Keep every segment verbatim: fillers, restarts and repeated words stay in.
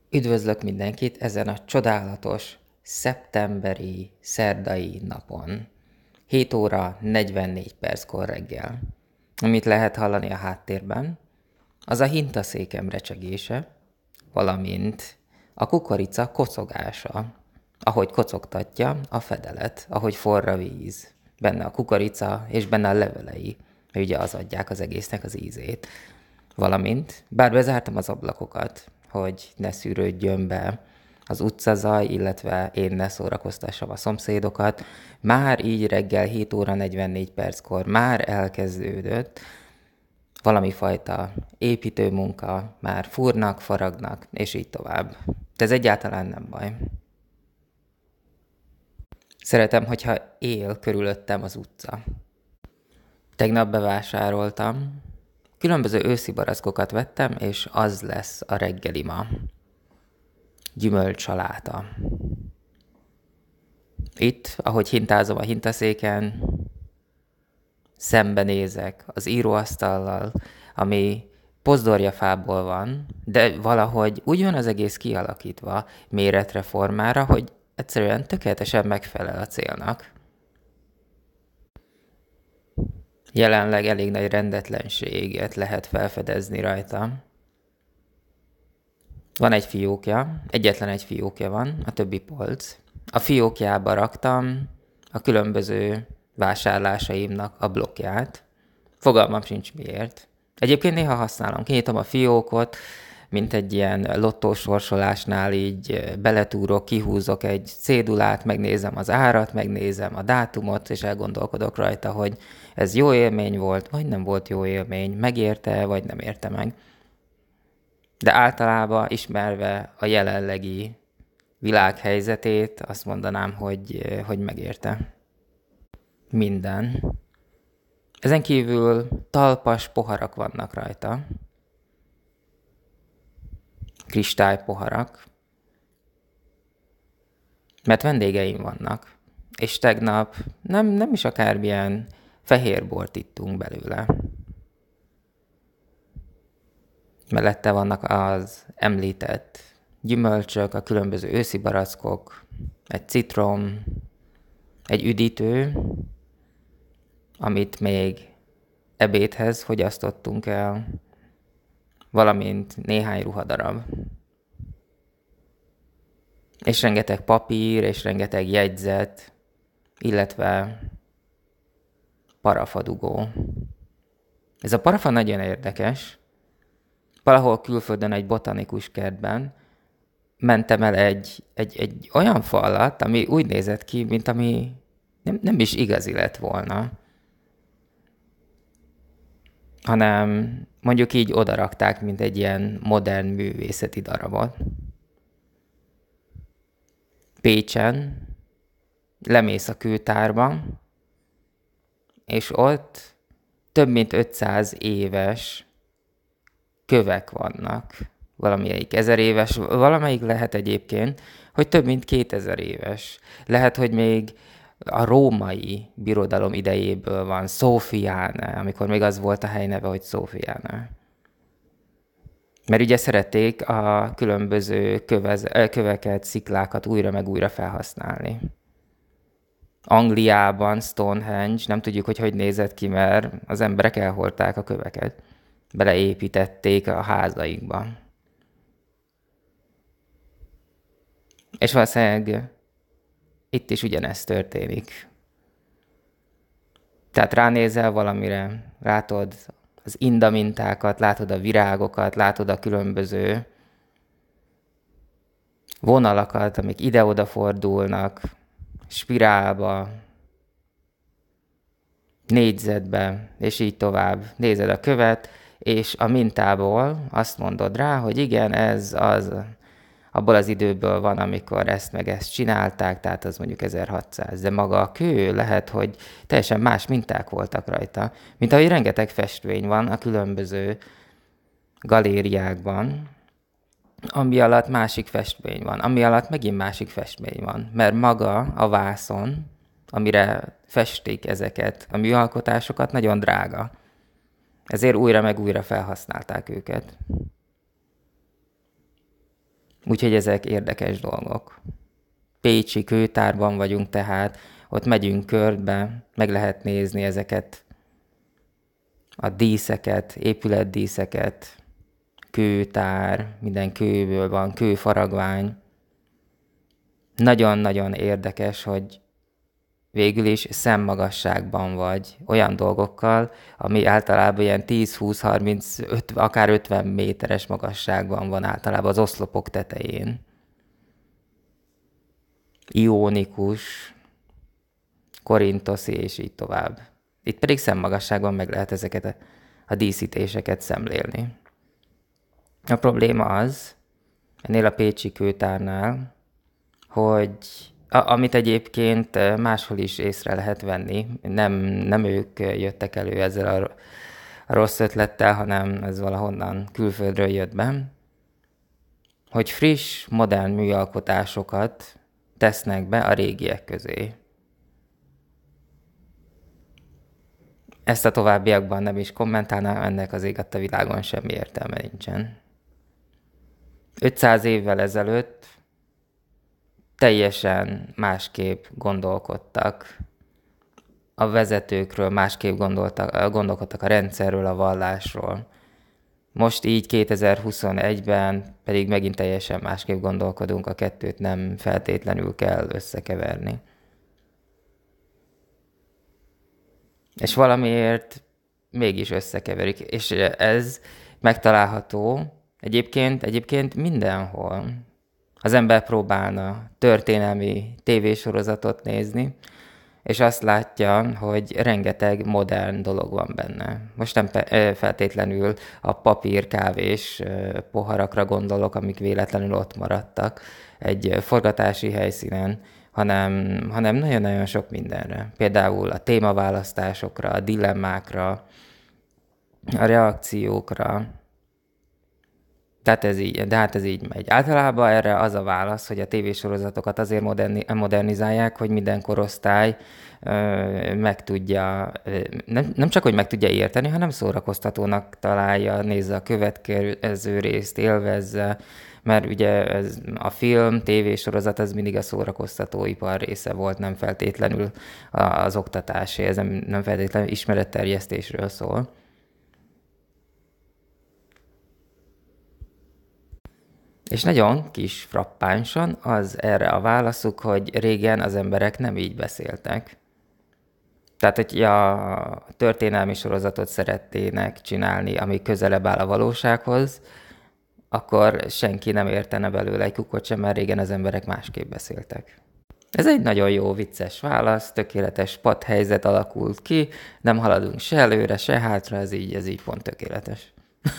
Üdvözlök mindenkit ezen a csodálatos szeptemberi szerdai napon. hét óra negyvennégy perckor reggel. Amit lehet hallani a háttérben, az a hintaszékem recsegése, valamint a kukorica kocogása, ahogy kocogtatja a fedelet, ahogy forr a víz. Benne a kukorica és benne a levelei, mert ugye az adják az egésznek az ízét. Valamint, bár bezártam az ablakokat, hogy ne szűrődjön be az utcazaj, illetve én ne szórakoztassam a szomszédokat, már így reggel hét óra negyvennégy perckor már elkezdődött valami fajta építőmunka, már fúrnak, faragnak, és így tovább. De ez egyáltalán nem baj. Szeretem, hogyha él körülöttem az utca. Tegnap bevásároltam, különböző őszi barackokat vettem, és az lesz a reggeli ma. Gyümölcsaláta. Itt, ahogy hintázom a hintaszéken, szembenézek az íróasztallal, ami pozdorjafából van, de valahogy úgy van az egész kialakítva méretre, formára, hogy egyszerűen tökéletesen megfelel a célnak. Jelenleg elég nagy rendetlenséget lehet felfedezni rajta. Van egy fiókja, egyetlen egy fiókja van, a többi polc. A fiókjába raktam a különböző vásárlásaimnak a blokkját. Fogalmam sincs miért. Egyébként néha használom, kinyitom a fiókot, mint egy ilyen lottósorsolásnál így beletúrok, kihúzok egy cédulát, megnézem az árat, megnézem a dátumot, és elgondolkodok rajta, hogy ez jó élmény volt, vagy nem volt jó élmény, megérte, vagy nem érte meg. De általában ismerve a jelenlegi világhelyzetét, azt mondanám, hogy, hogy megérte. Minden. Ezen kívül talpas poharak vannak rajta. Kristálypoharak. Mert vendégeim vannak. És tegnap nem, nem is akármilyen fehér bort ittunk belőle. Mellette vannak az említett gyümölcsök, a különböző őszi barackok, egy citrom, egy üdítő, amit még ebédhez fogyasztottunk el, valamint néhány ruhadarab. És rengeteg papír, és rengeteg jegyzet, illetve parafadugó. Ez a parafa nagyon érdekes. Valahol külföldön egy botanikus kertben mentem el egy, egy, egy olyan fa alatt, ami úgy nézett ki, mint ami nem, nem is igazi lett volna, hanem mondjuk így odarakták, mint egy ilyen modern művészeti darabot. Pécsen lemész a kőtárba, és ott több mint ötszáz éves kövek vannak. Valamelyik ezer éves, valamelyik lehet egyébként, hogy több mint kétezer éves. Lehet, hogy még a római birodalom idejéből van, Sophiane, amikor még az volt a hely neve, hogy Sophiane. Mert ugye szerették a különböző kövez, köveket, sziklákat újra meg újra felhasználni. Angliában Stonehenge, nem tudjuk, hogy hogy nézett ki, mert az emberek elhordták a köveket. Beleépítették a házaikba. És valószínűleg itt is ugyanezt történik. Tehát ránézel valamire, látod az inda mintákat, látod a virágokat, látod a különböző vonalakat, amik ide-oda fordulnak, spirálba, négyzetbe, és így tovább. Nézed a követ, és a mintából azt mondod rá, hogy igen, ez az, abból az időből van, amikor ezt meg ezt csinálták, tehát az mondjuk ezerhatszáz. De maga a kő lehet, hogy teljesen más minták voltak rajta. Mint ahogy rengeteg festvény van a különböző galériákban, ami alatt másik festmény van, ami alatt megint másik festmény van. Mert maga a vászon, amire festék ezeket a műalkotásokat, nagyon drága. Ezért újra meg újra felhasználták őket. Úgyhogy ezek érdekes dolgok. Pécsi kőtárban vagyunk tehát, ott megyünk körbe, meg lehet nézni ezeket a díszeket, épületdíszeket, kőtár, minden kőből van, kőfaragvány. Nagyon-nagyon érdekes, hogy végül is szemmagasságban vagy olyan dolgokkal, ami általában ilyen tíz, húsz, harminc, ötven, akár ötven méteres magasságban van általában az oszlopok tetején. Ionikus, korintoszi és így tovább. Itt pedig szemmagasságban meg lehet ezeket a, a díszítéseket szemlélni. A probléma az, ennél a pécsi kőtárnál, hogy a, amit egyébként máshol is észre lehet venni, nem, nem ők jöttek elő ezzel a, a rossz ötlettel, hanem ez valahonnan külföldről jött be, hogy friss, modern műalkotásokat tesznek be a régiek közé. Ezt a továbbiakban nem is kommentálnám, ennek az ég adta világon semmi értelme nincsen. ötszáz évvel ezelőtt teljesen másképp gondolkodtak a vezetőkről, másképp gondoltak, gondolkodtak a rendszerről, a vallásról. Most így kétezer-huszonegyben pedig megint teljesen másképp gondolkodunk, a kettőt nem feltétlenül kell összekeverni. És valamiért mégis összekeverik, és ez megtalálható egyébként, egyébként mindenhol. Az ember próbálna történelmi tévésorozatot nézni, és azt látja, hogy rengeteg modern dolog van benne. Most nem feltétlenül a papír, kávés poharakra gondolok, amik véletlenül ott maradtak egy forgatási helyszínen, hanem, hanem nagyon-nagyon sok mindenre. Például a témaválasztásokra, a dilemmákra, a reakciókra. Tehát ez így, de hát ez így megy. Általában erre az a válasz, hogy a tévésorozatokat azért moderni, modernizálják, hogy minden korosztály ö, meg tudja, ö, nem, nem csak, hogy meg tudja érteni, hanem szórakoztatónak találja, nézze a következő részt, élvezze, mert ugye ez, a film, tévésorozat az mindig a szórakoztatóipar része volt, nem feltétlenül az oktatásé, ez nem, nem feltétlenül ismeretterjesztésről szól. És nagyon kis frappánsan az erre a válaszuk, hogy régen az emberek nem így beszéltek. Tehát, hogy a történelmi sorozatot szeretnének csinálni, ami közelebb áll a valósághoz, akkor senki nem értene belőle egy kukot sem, mert régen az emberek másképp beszéltek. Ez egy nagyon jó, vicces válasz, tökéletes padhelyzet alakult ki, nem haladunk se előre, se hátra, ez így, ez így pont tökéletes.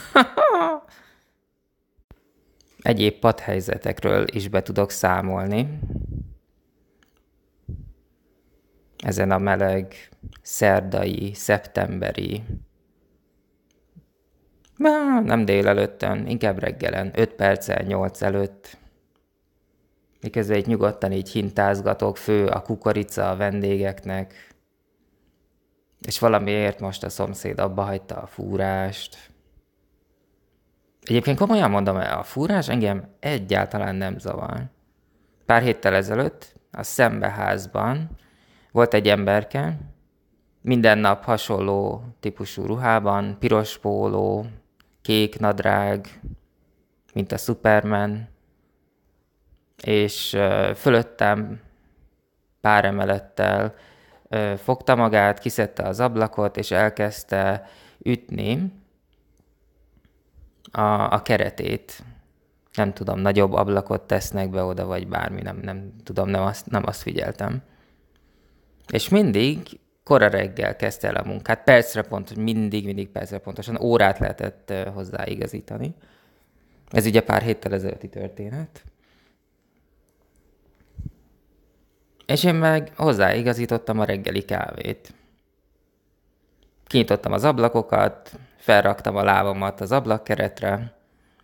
Egyéb padhelyzetekről is be tudok számolni. Ezen a meleg, szerdai, szeptemberi, nem délelőttön, inkább reggelen, öt perccel nyolc előtt. Miközben itt nyugodtan így hintázgatok, fő a kukorica a vendégeknek, és valamiért most a szomszéd abba hagyta a fúrást. Egyébként komolyan mondom, a fúrás engem egyáltalán nem zavar. Pár héttel ezelőtt a szembeházban volt egy emberke, minden nap hasonló típusú ruhában, piros póló, kék nadrág, mint a Superman, és fölöttem pár emelettel fogta magát, kiszedte az ablakot, és elkezdte ütni a, a keretét. Nem tudom, nagyobb ablakot tesznek be oda, vagy bármi, nem, nem tudom, nem azt, nem azt figyeltem. És mindig kora reggel kezdte el a munkát, percre pontosan, mindig, mindig percre pontosan, órát lehetett hozzáigazítani. Ez ugye pár héttel ezelőtti történet. És én meg hozzáigazítottam a reggeli kávét. Kinyitottam az ablakokat, felraktam a lábamat az ablakkeretre,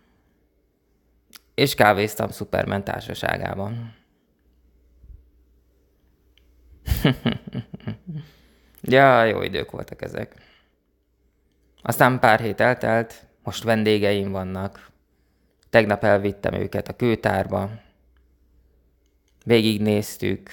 és kávéztam Superman társaságában. Ja, jó idők voltak ezek. Aztán pár hét eltelt, most vendégeim vannak. Tegnap elvittem őket a kőtárba, végignéztük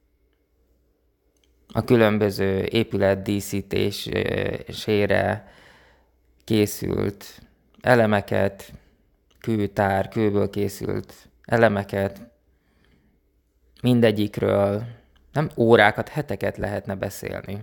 a különböző épület díszítésére készült elemeket, kőtár, kőből készült elemeket, mindegyikről nem órákat, heteket lehetne beszélni.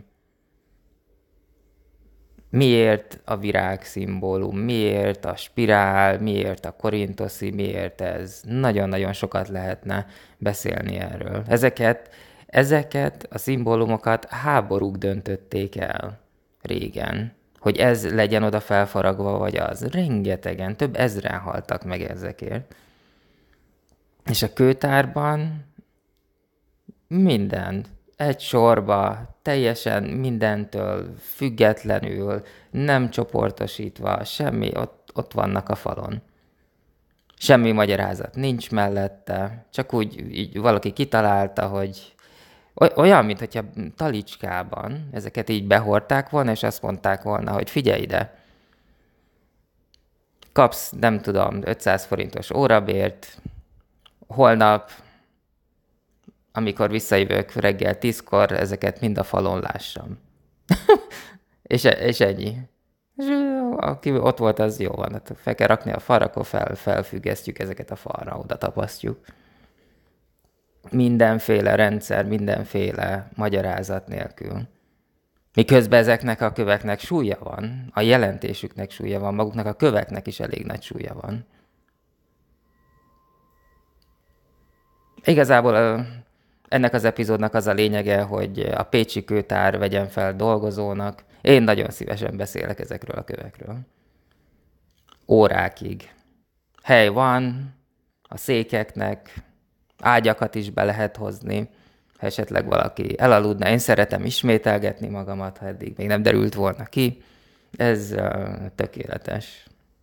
Miért a virág szimbólum, miért a spirál, miért a korintoszi, miért ez. Nagyon-nagyon sokat lehetne beszélni erről. Ezeket, ezeket a szimbólumokat háborúk döntötték el régen. Hogy ez legyen oda felfaragva, vagy az. Rengetegen, több ezren haltak meg ezekért. És a kőtárban minden, egy sorba, teljesen mindentől függetlenül, nem csoportosítva, semmi, ott, ott vannak a falon. Semmi magyarázat nincs mellette, csak úgy így valaki kitalálta, hogy olyan, mintha talicskában ezeket így behordták volna, és azt mondták volna, hogy figyelj ide, kapsz, nem tudom, ötszáz forintos órabért, holnap, amikor visszajövök reggel tízkor, ezeket mind a falon lássam. és, és ennyi. És aki ott volt, az jó van. Hát fel kell rakni a falra, akkor fel, felfüggesztjük ezeket a falra, oda tapasztjuk. Mindenféle rendszer, mindenféle magyarázat nélkül. Miközben ezeknek a köveknek súlya van, a jelentésüknek súlya van, maguknak a köveknek is elég nagy súlya van. Igazából ennek az epizódnak az a lényege, hogy a pécsi kőtár vegyen fel dolgozónak. Én nagyon szívesen beszélek ezekről a kövekről. Órákig. Hely van, a székeknek ágyakat is be lehet hozni, ha esetleg valaki elaludna. Én szeretem ismételgetni magamat, ha eddig még nem derült volna ki. Ez uh, tökéletes.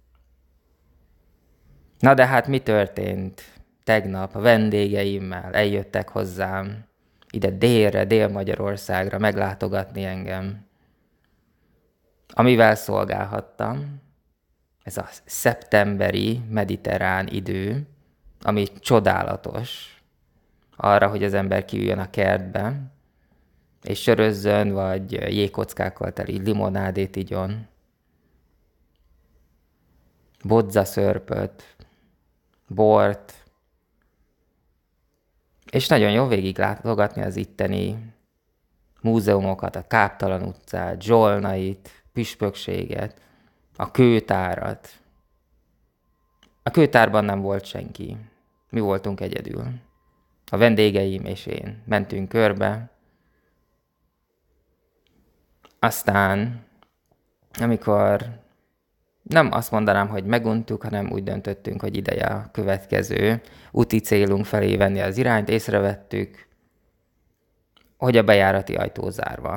Na de hát mi történt? Tegnap a vendégeimmel eljöttek hozzám ide délre, Dél-Magyarországra meglátogatni engem. Amivel szolgálhattam, ez a szeptemberi mediterrán idő, ami csodálatos arra, hogy az ember kiüljön a kertbe, és sörözzön, vagy jégkockákkal teli limonádét igyon, bodzaszörpöt, bort, és nagyon jó végig látogatni az itteni múzeumokat, a Káptalan utcát, Zsolnait, Püspökséget, a kőtárat. A kőtárban nem volt senki. Mi voltunk egyedül. A vendégeim és én mentünk körbe. Aztán, amikor nem azt mondanám, hogy meguntuk, hanem úgy döntöttünk, hogy ideje a következő úti célunk felé venni az irányt, észrevettük, hogy a bejárati ajtó zárva.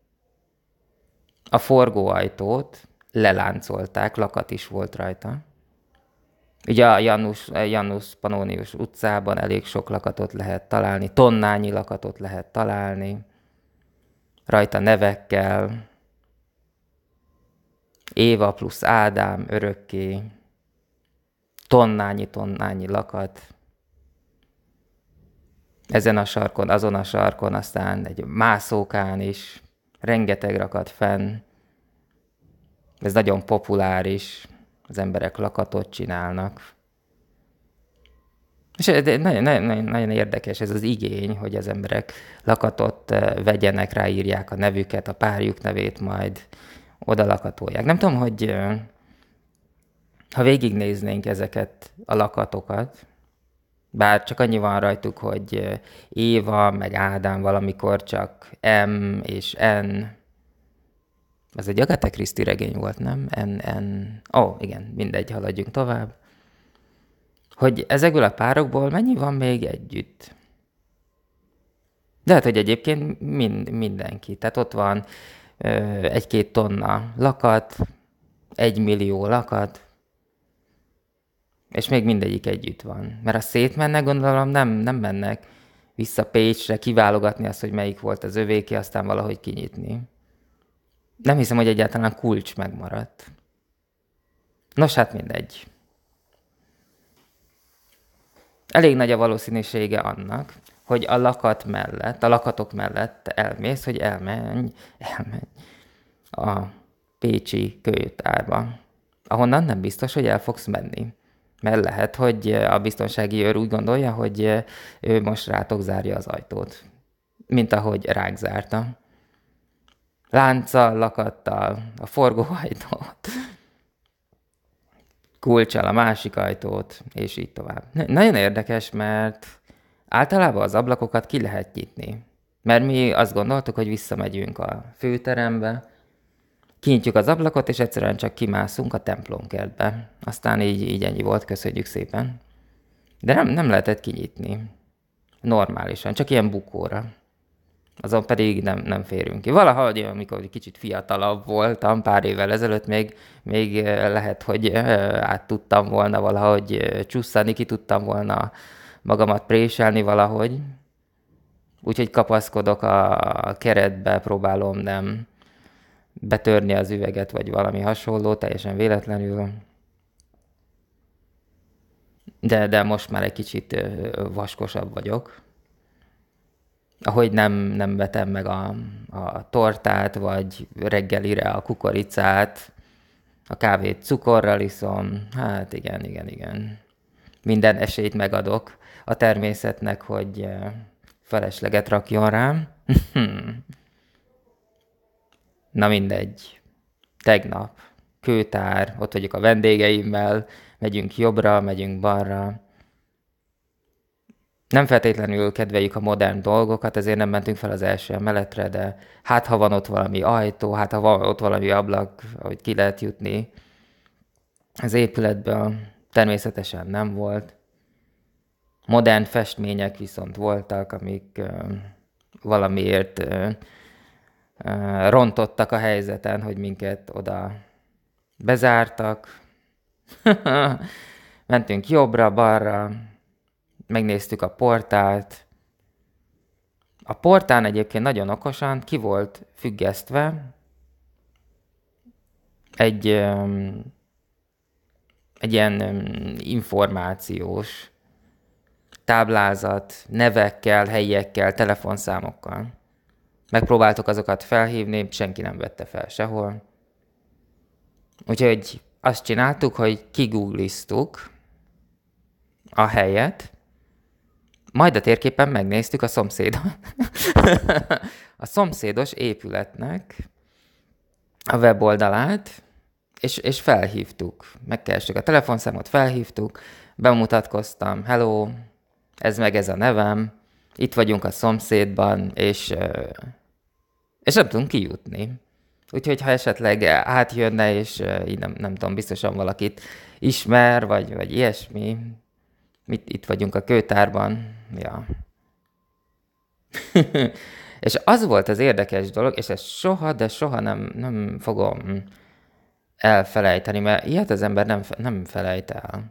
A forgóajtót leláncolták, lakat is volt rajta. Ugye a Janus, Janus Pannonius utcában elég sok lakatot lehet találni, tonnányi lakatot lehet találni, rajta nevekkel, Éva plusz Ádám örökké, tonnányi-tonnányi lakat. Ezen a sarkon, azon a sarkon, aztán egy mászókán is, rengeteg rakat fenn. Ez nagyon populáris, az emberek lakatot csinálnak. És nagyon, nagyon, nagyon érdekes ez az igény, hogy az emberek lakatot vegyenek, ráírják a nevüket, a párjuk nevét, majd oda lakatolják. Nem tudom, hogy ha végignéznénk ezeket a lakatokat, bár csak annyi van rajtuk, hogy Éva, meg Ádám valamikor csak M és N. Ez egy Agatha Christie regény volt, nem? N, N. Ó, oh, igen, mindegy, haladjunk tovább. Hogy ezekből a párokból mennyi van még együtt? De hát, hogy egyébként mind, mindenki. Tehát ott van ö, egy-két tonna lakat, egy millió lakat, és még mindegyik együtt van. Mert ha szétmennek, gondolom, nem, nem mennek vissza Pécsre, kiválogatni azt, hogy melyik volt az övéké, aztán valahogy kinyitni. Nem hiszem, hogy egyáltalán kulcs megmaradt. Nos, hát mindegy. elég nagy a valószínűsége annak, hogy a lakat mellett, a lakatok mellett elmész, hogy elmenj, elmenj a pécsi kölytárba, ahonnan nem biztos, hogy el fogsz menni. Mert lehet, hogy a biztonsági őr úgy gondolja, hogy ő most rátok zárja az ajtót, mint ahogy ránk zárta. Lánccal, lakattal, a forgóajtót, kulccsal a másik ajtót, és így tovább. Nagyon érdekes, mert általában az ablakokat ki lehet nyitni. Mert mi azt gondoltuk, hogy visszamegyünk a főterembe, kinyitjuk az ablakot, és egyszerűen csak kimászunk a templomkertbe. Aztán így, így ennyi volt, köszönjük szépen. De nem, nem lehetett kinyitni. Normálisan, csak ilyen bukóra. Azon pedig nem, nem férünk ki. Valahogy, amikor kicsit fiatalabb voltam, pár évvel ezelőtt még, még lehet, hogy át tudtam volna valahogy csusszani, ki tudtam volna magamat préselni valahogy. Úgyhogy kapaszkodok a keretbe, próbálom nem betörni az üveget, vagy valami hasonló, teljesen véletlenül. De, de most már egy kicsit vaskosabb vagyok. Ahogy nem, nem vetem meg a, a tortát, vagy reggelire a kukoricát, a kávét cukorral iszom, hát igen, igen, igen. Minden esélyt megadok a természetnek, hogy felesleget rakjon rám. Na mindegy. Tegnap, kőtár, ott vagyok a vendégeimmel, megyünk jobbra, megyünk balra. Nem feltétlenül kedveljük a modern dolgokat, ezért nem mentünk fel az első emeletre, de hát ha van ott valami ajtó, hát ha van ott valami ablak, hogy ki lehet jutni az épületből, természetesen nem volt. Modern festmények viszont voltak, amik uh, valamiért uh, uh, rontottak a helyzeten, hogy minket oda bezártak. Mentünk jobbra, balra, megnéztük a portált. A portán egyébként nagyon okosan ki volt függesztve egy, egy ilyen információs táblázat nevekkel, helyiekkel, telefonszámokkal. Megpróbáltuk azokat felhívni, senki nem vette fel sehol. Úgyhogy azt csináltuk, hogy kigoogliztuk a helyet, majd a térképen megnéztük a szomszédot. a szomszédos épületnek a weboldalát, és, és felhívtuk. Megkerestük a telefonszámot, felhívtuk, bemutatkoztam, hello, ez meg ez a nevem, itt vagyunk a szomszédban, és, és nem tudunk kijutni. Úgyhogy ha esetleg átjönne, és így nem, nem tudom, biztosan valakit ismer, vagy, vagy ilyesmi, mit, itt vagyunk a kőtárban, ja. És az volt az érdekes dolog, és ezt soha, de soha nem, nem fogom elfelejteni, mert ilyet az ember nem, nem felejt el.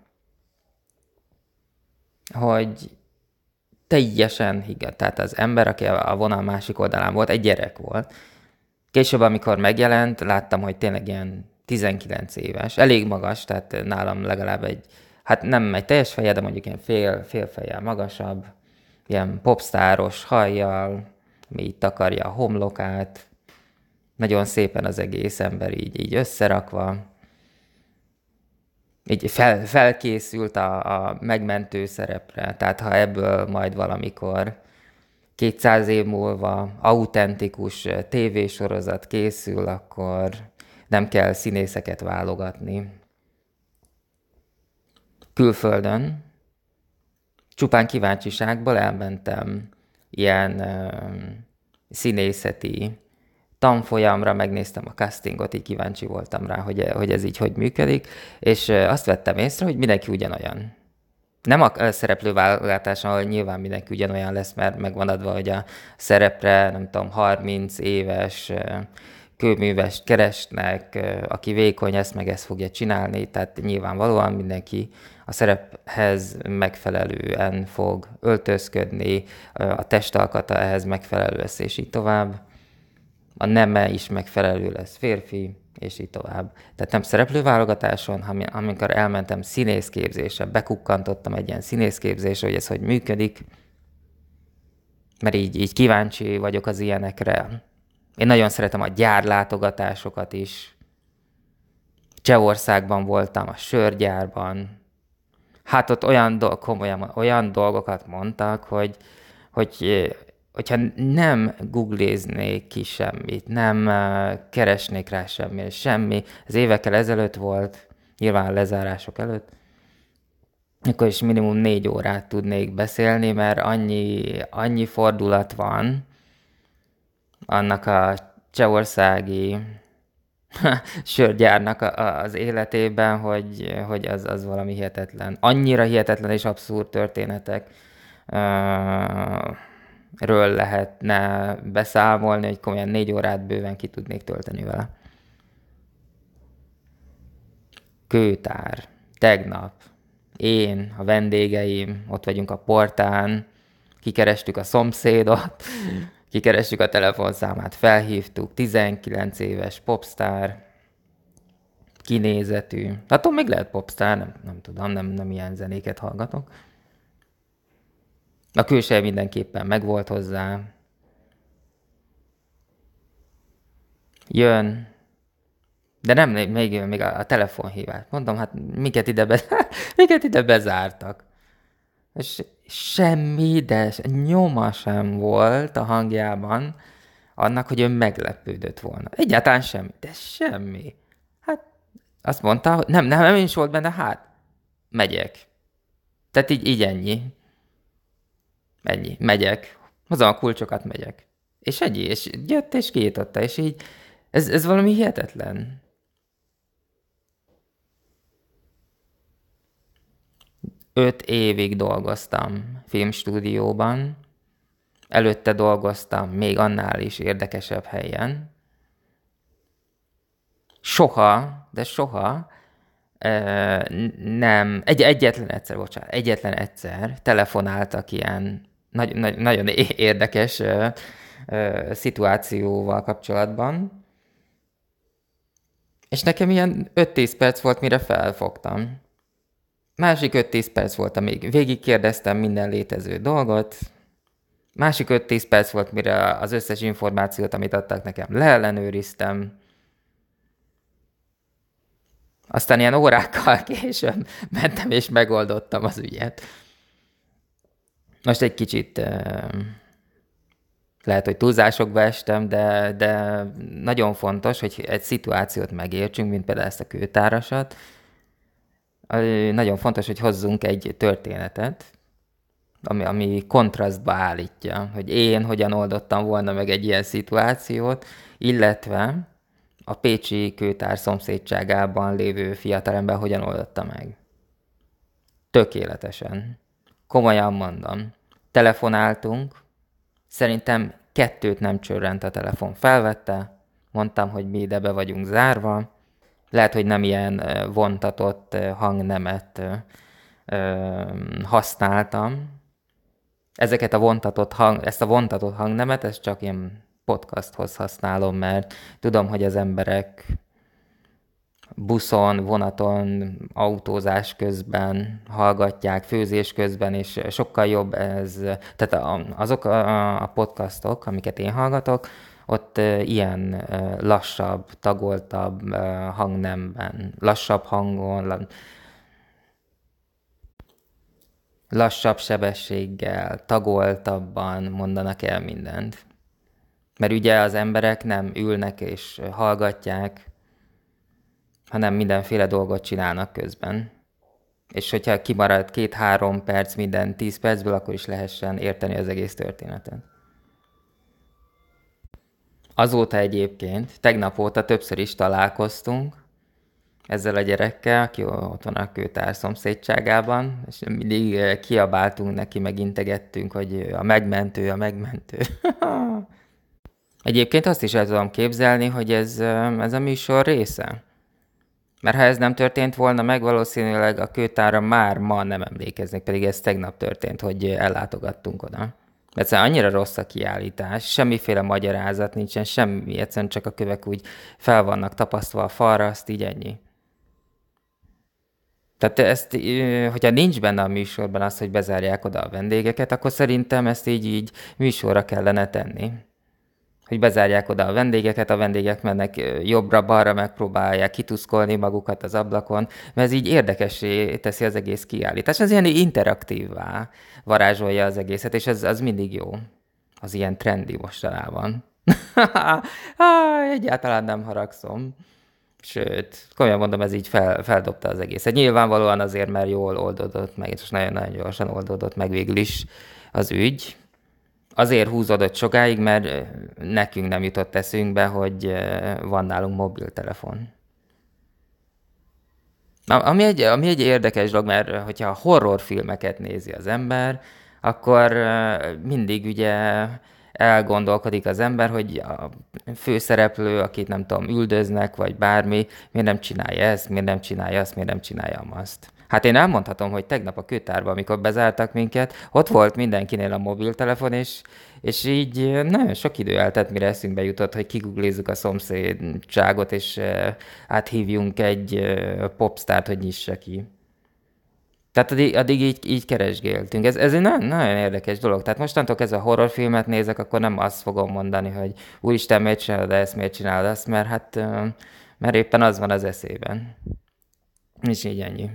Hogy teljesen higgadt. Tehát az ember, aki a vonal másik oldalán volt, egy gyerek volt. Később, amikor megjelent, láttam, hogy tényleg ilyen tizenkilenc éves. Elég magas, tehát nálam legalább egy, hát nem egy teljes feje, de mondjuk ilyen fél, fél fejjel magasabb. Ilyen popstáros hajjal, ami így takarja a homlokát. Nagyon szépen az egész ember így, így összerakva. Így fel, felkészült a, a megmentő szerepre. Tehát ha ebből majd valamikor kétszáz év múlva autentikus tévésorozat készül, akkor nem kell színészeket válogatni. Külföldön csupán kíváncsiságból elmentem ilyen ö, színészeti tanfolyamra, megnéztem a castingot, így kíváncsi voltam rá, hogy, hogy ez így hogy működik, és azt vettem észre, hogy mindenki ugyanolyan. Nem a szereplőválogatáson, ahol nyilván mindenki ugyanolyan lesz, mert megvan adva, hogy a szerepre, nem tudom, harminc éves kőművest keresnek, aki vékony, ezt meg ezt fogja csinálni, tehát nyilvánvalóan mindenki a szerephez megfelelően fog öltözködni, a testalkata ehhez megfelelő lesz, és így tovább. A neme is megfelelő lesz, férfi, és így tovább. Tehát nem szereplőválogatáson, hanem amikor elmentem színészképzésre, bekukkantottam egy ilyen színészképzésre, hogy ez hogy működik, mert így, így kíváncsi vagyok az ilyenekre. Én nagyon szeretem a gyárlátogatásokat is. Csehországban voltam, a sörgyárban. Hát ott olyan, do- komolyan, olyan dolgokat mondtak, hogy, hogy hogyha nem googléznék ki semmit, nem uh, keresnék rá semmi, semmi, ez évekkel ezelőtt volt, nyilván a lezárások előtt, akkor is minimum négy órát tudnék beszélni, mert annyi, annyi fordulat van annak a csehországi sörgyárnak a, a, az életében, hogy, hogy az, az valami hihetetlen. Annyira hihetetlen és abszurd történetek uh, ről lehetne beszámolni, hogy komolyan négy órát bőven ki tudnék tölteni vele. Kőtár. Tegnap. Én, a vendégeim, ott vagyunk a portán, kikerestük a szomszédot, kikerestük a telefonszámát, felhívtuk, tizenkilenc éves popstar, kinézetű. Attól még lehet popstar, nem, nem tudom, nem, nem ilyen zenéket hallgatok. A külseje mindenképpen megvolt hozzá. Jön, de nem, még, még a, a telefonhívás. Mondom, hát miket ide, be, miket ide bezártak. És semmi, de nyoma sem volt a hangjában annak, hogy ő meglepődött volna. Egyáltalán semmi, de semmi. Hát azt mondta, hogy nem, nem, nem is volt benne, hát megyek. Tehát így, így ennyi. Ennyi, megyek. Hozom a kulcsokat, megyek. És ennyi, és jött és kiította, és így, ez, ez valami hihetetlen. Öt évig dolgoztam filmstúdióban, előtte dolgoztam még annál is érdekesebb helyen. Soha, de soha nem, egy, egyetlen egyszer, bocsánat, egyetlen egyszer telefonáltak ilyen nagy, nagy, nagyon érdekes ö, ö, szituációval kapcsolatban, és nekem ilyen öt-tíz perc volt, mire felfogtam. Másik öt-tíz perc volt, amíg végigkérdeztem minden létező dolgot, másik öt-tíz perc volt, mire az összes információt, amit adtak nekem, leellenőriztem. Aztán ilyen órákkal később mentem és megoldottam az ügyet. Most egy kicsit lehet, hogy túlzásokba estem, de, de nagyon fontos, hogy egy szituációt megértsünk, mint például ezt a kőtárasat. Nagyon fontos, hogy hozzunk egy történetet, ami, ami kontrasztba állítja, hogy én hogyan oldottam volna meg egy ilyen szituációt, illetve a pécsi kőtár szomszédságában lévő fiatalember hogyan oldotta meg. Tökéletesen. Komolyan mondom. Telefonáltunk, szerintem kettőt nem csörrent a telefon. Felvette, mondtam, hogy mi ide be vagyunk zárva, lehet, hogy nem ilyen vontatott hangnemet használtam. Ezeket a vontatott hang, ezt a vontatott hangnemet, ezt csak ilyen podcasthoz használom, mert tudom, hogy az emberek buszon, vonaton, autózás közben hallgatják, főzés közben, és sokkal jobb ez, tehát azok a podcastok, amiket én hallgatok, ott ilyen lassabb, tagoltabb hangnemben, lassabb hangon, lassabb sebességgel, tagoltabban mondanak el mindent. Mert ugye az emberek nem ülnek és hallgatják, hanem mindenféle dolgot csinálnak közben. És hogyha kimarad két-három perc minden tíz percből, akkor is lehessen érteni az egész történetet. Azóta egyébként, tegnap óta többször is találkoztunk ezzel a gyerekkel, aki ott van a kőtár szomszédságában, és mindig kiabáltunk neki, meg integettünk, hogy a megmentő, a megmentő. Egyébként azt is el tudom képzelni, hogy ez, ez a műsor része. Mert ha ez nem történt volna meg, valószínűleg a kőtárra már ma nem emlékeznek, pedig ez tegnap történt, hogy ellátogattunk oda. Egyszerűen annyira rossz a kiállítás, semmiféle magyarázat nincsen, semmi, egyszerűen csak a kövek úgy fel vannak tapasztva a falra, azt így ennyi. Tehát ezt, hogyha nincs benne a műsorban az, hogy bezárják oda a vendégeket, akkor szerintem ezt így, így műsorra kellene tenni. Hogy bezárják oda a vendégeket, a vendégek mennek jobbra-balra, megpróbálják kituszkolni magukat az ablakon, mert ez így érdekessé teszi az egész kiállítás. Ez ilyen interaktívvá varázsolja az egészet, és ez az mindig jó. Az ilyen trendi mostanában. Egyáltalán nem haragszom. Sőt, komolyan mondom, ez így fel, feldobta az egészet. Nyilvánvalóan azért, mert jól oldódott meg, és nagyon-nagyon gyorsan oldódott meg végül is az ügy. Azért húzódott sokáig, mert nekünk nem jutott eszünkbe, hogy van nálunk mobiltelefon. Ami egy, ami egy érdekes dolog, mert hogyha horrorfilmeket nézi az ember, akkor mindig ugye elgondolkodik az ember, hogy a főszereplő, akit nem tudom, üldöznek, vagy bármi, miért nem csinálja ezt, miért nem csinálja azt, miért nem csinálja azt. Hát én elmondhatom, hogy tegnap a kötárban, amikor bezártak minket, ott volt mindenkinél a mobiltelefon, és, és így nagyon sok idő eltelt, mire eszünkbe jutott, hogy kiguglizzuk a szomszédságot, és áthívjunk egy popstárt, hogy nyissa ki. Tehát addig, addig így, így keresgéltünk. Ez, ez egy nagyon, nagyon érdekes dolog. Tehát mostantól kezdve a horrorfilmet nézek, akkor nem azt fogom mondani, hogy úristen, miért csinálod ezt, miért csinálod azt, mert hát mert éppen az van az eszében. És így ennyi.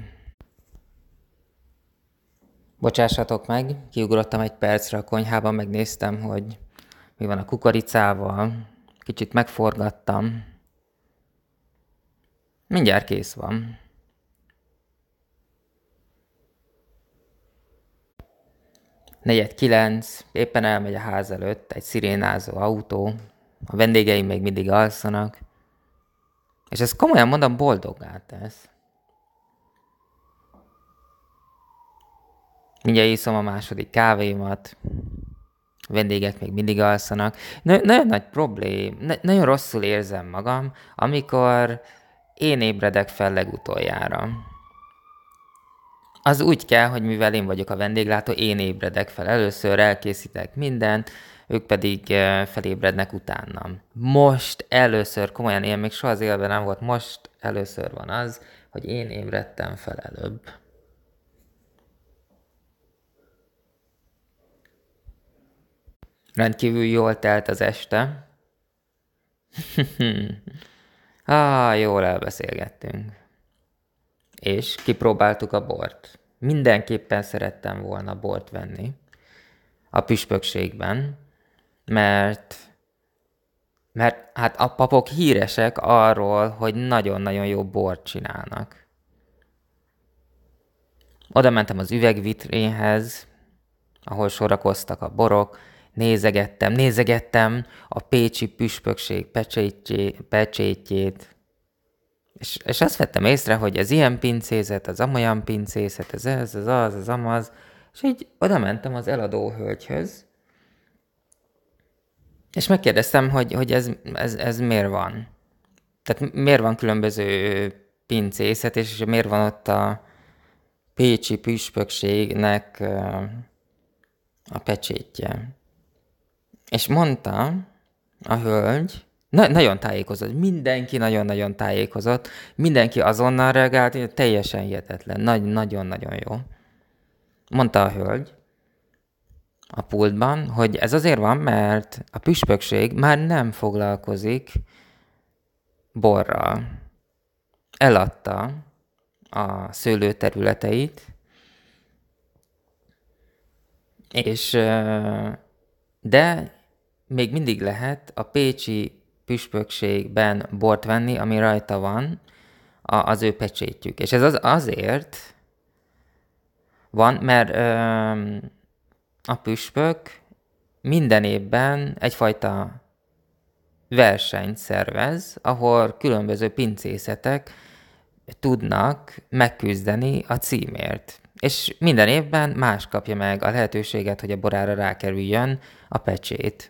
Bocsássatok meg, kiugrottam egy percre a konyhában, megnéztem, hogy mi van a kukoricával. Kicsit megforgattam. Mindjárt kész van. Negyed kilenc, éppen elmegy a ház előtt egy szirénázó autó, a vendégeim még mindig alszanak, és ezt komolyan mondom, boldoggá tesz. Mindjárt iszom a második kávémat, a vendégek még mindig alszanak. Na- nagyon nagy problém, na- nagyon rosszul érzem magam, amikor én ébredek fel legutoljára. Az úgy kell, hogy mivel én vagyok a vendéglátó, én ébredek fel. Először elkészítek mindent, ők pedig felébrednek utánam. Most először, komolyan én még soha az életben nem volt, most először van az, hogy én ébredtem fel előbb. Rendkívül jól telt az este. ah, jól elbeszélgettünk. És kipróbáltuk a bort. Mindenképpen szerettem volna bort venni a püspökségben, mert, mert hát a papok híresek arról, hogy nagyon-nagyon jó bort csinálnak. Oda mentem az üvegvitrénhez, ahol sorakoztak a borok, nézegettem, nézegettem a pécsi püspökség pecsétjét, És, és azt vettem észre, hogy ez ilyen pincézet, az amolyan pincézet, ez ez, ez az, ez amaz, és így oda mentem az eladó hölgyhöz, és megkérdeztem, hogy, hogy ez, ez, ez miért van. Tehát miért van különböző pincészet, és miért van ott a pécsi püspökségnek a pecsétje. És mondta a hölgy, Na, nagyon tájékozott, mindenki nagyon-nagyon tájékozott, mindenki azonnal reagált, teljesen hihetetlen, Nagy, nagyon-nagyon jó. Mondta a hölgy a pultban, hogy ez azért van, mert a püspökség már nem foglalkozik borral. Eladta a szőlőterületeit, és de még mindig lehet a pécsi püspökségben bort venni, ami rajta van, a, az ő pecsétjük. És ez az azért van, mert ö, a püspök minden évben egyfajta versenyt szervez, ahol különböző pincészetek tudnak megküzdeni a címért. És minden évben más kapja meg a lehetőséget, hogy a borára rákerüljön a pecsét.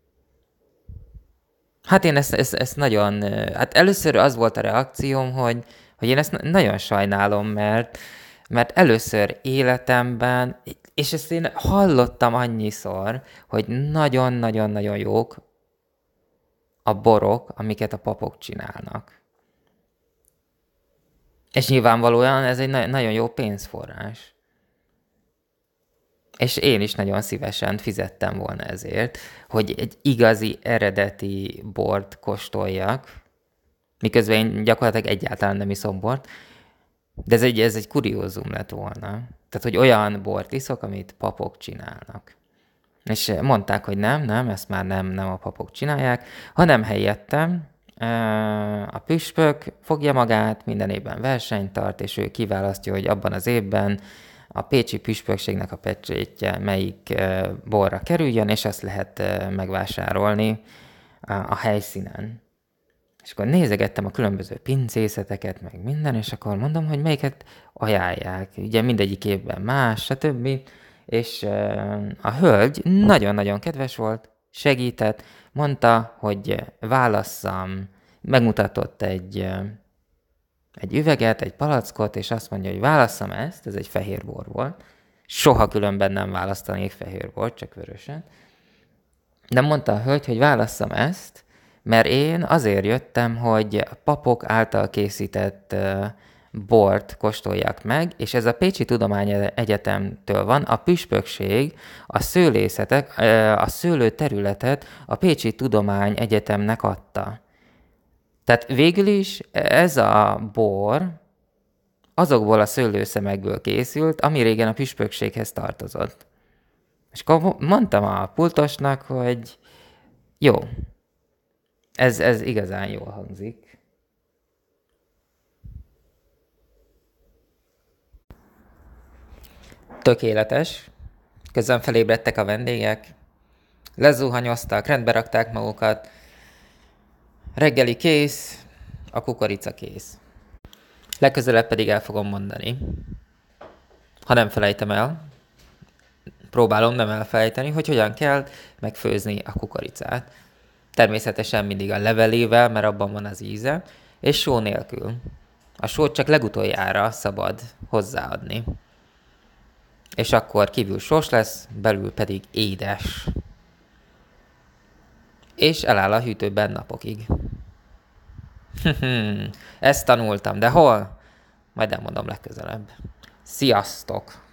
Hát én ezt, ezt, ezt nagyon... Hát először az volt a reakcióm, hogy, hogy én ezt nagyon sajnálom, mert, mert először életemben És ezt én hallottam annyiszor, hogy nagyon-nagyon-nagyon jók a borok, amiket a papok csinálnak. És nyilvánvalóan ez egy na- nagyon jó pénzforrás. És én is nagyon szívesen fizettem volna ezért, hogy egy igazi, eredeti bort kóstoljak, miközben én gyakorlatilag egyáltalán nem iszom bort, de ez egy, ez egy kuriózum lett volna. Tehát, hogy olyan bort iszok, amit papok csinálnak. És mondták, hogy nem, nem, ezt már nem, nem a papok csinálják, hanem helyettem a püspök fogja magát, minden évben versenyt tart, és ő kiválasztja, hogy abban az évben a pécsi püspökségnek a pecsétje melyik borra kerüljön, és azt lehet megvásárolni a helyszínen. És akkor nézegettem a különböző pincészeteket, meg minden, és akkor mondom, hogy melyiket ajánlják. Ugye mindegyik évben más, stb. És a hölgy nagyon-nagyon kedves volt, segített, mondta, hogy válasszam, megmutatott egy, egy üveget, egy palackot, és azt mondja, hogy válasszam ezt, ez egy fehér bor volt. Soha különben nem választanék fehér bort, csak vörösen. De mondta a hölgy, hogy válasszam ezt, mert én azért jöttem, hogy papok által készített bort kóstoljak meg, és ez a Pécsi Tudományegyetemtől van, a püspökség a szőlészetek, a szőlőterületet a Pécsi Tudományegyetemnek adta. Tehát végül is ez a bor azokból a szőlőszemekből készült, ami régen a püspökséghez tartozott. És akkor mondtam a pultosnak, hogy jó, ez, ez igazán jól hangzik. Tökéletes. Közben felébredtek a vendégek, lezuhanyoztak, rendbe rakták magukat, reggeli kész, a kukorica kész. Legközelebb pedig el fogom mondani. Ha nem felejtem el, próbálom nem elfelejteni, hogy hogyan kell megfőzni a kukoricát. Természetesen mindig a levelével, mert abban van az íze, és só nélkül. A sót csak legutoljára szabad hozzáadni. És akkor kívül sós lesz, belül pedig édes. És eláll a hűtőben napokig. Ezt tanultam, de hol? Majd elmondom legközelebb. Sziasztok!